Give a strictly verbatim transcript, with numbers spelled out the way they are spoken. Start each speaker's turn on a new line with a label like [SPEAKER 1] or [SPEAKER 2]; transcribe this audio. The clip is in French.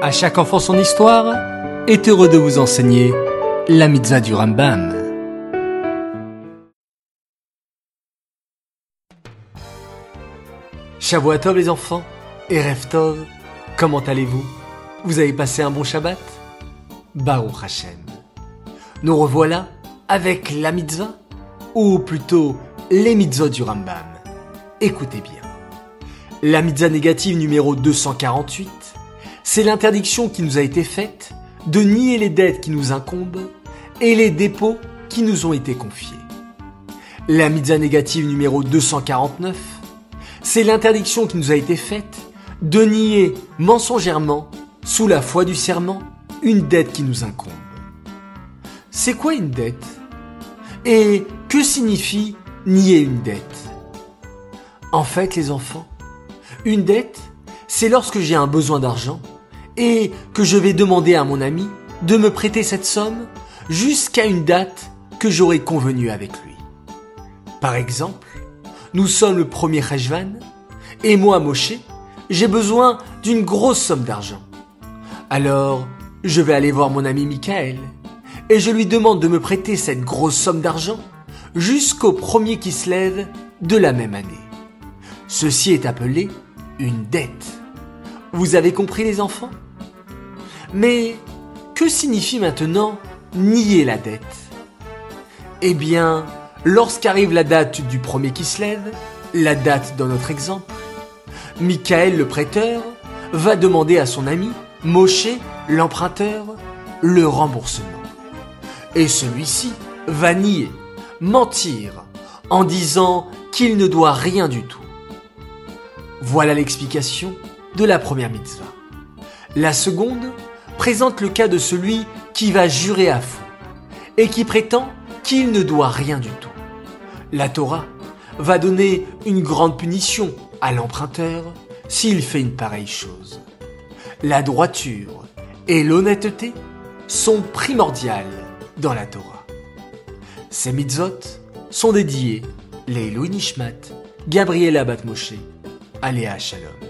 [SPEAKER 1] À chaque enfant son histoire est heureux de vous enseigner la mitzvah du Rambam. Shavua Tov les enfants, Erev Tov, comment allez-vous? Vous avez passé un bon Shabbat? Baruch Hashem. Nous revoilà avec la mitzvah, ou plutôt les mitzvot du Rambam. Écoutez bien. La mitzvah négative numéro deux cent quarante-huit, c'est l'interdiction qui nous a été faite de nier les dettes qui nous incombent et les dépôts qui nous ont été confiés. La mitzvah négative numéro deux cent quarante-neuf, c'est l'interdiction qui nous a été faite de nier mensongèrement, sous la foi du serment, une dette qui nous incombe. C'est quoi une dette? Et que signifie nier une dette? En fait, les enfants, une dette, c'est lorsque j'ai un besoin d'argent et que je vais demander à mon ami de me prêter cette somme jusqu'à une date que j'aurai convenue avec lui. Par exemple, nous sommes le premier Cheshvan et moi, Moshe, j'ai besoin d'une grosse somme d'argent. Alors, je vais aller voir mon ami Michael et je lui demande de me prêter cette grosse somme d'argent jusqu'au premier qui se lève de la même année. Ceci est appelé une dette. Vous avez compris les enfants? Mais que signifie maintenant nier la dette? Eh bien, lorsqu'arrive la date du premier qui se lève, la date dans notre exemple, Michael le prêteur va demander à son ami, Moshe l'emprunteur, le remboursement. Et celui-ci va nier, mentir, en disant qu'il ne doit rien du tout. Voilà l'explication de la première mitzvah. La seconde présente le cas de celui qui va jurer à faux et qui prétend qu'il ne doit rien du tout. La Torah va donner une grande punition à l'emprunteur s'il fait une pareille chose. La droiture et l'honnêteté sont primordiales dans la Torah. Ces mitzvot sont dédiés les Louis Nishmat, Gabriela Bat Moshe, Aléa Shalom.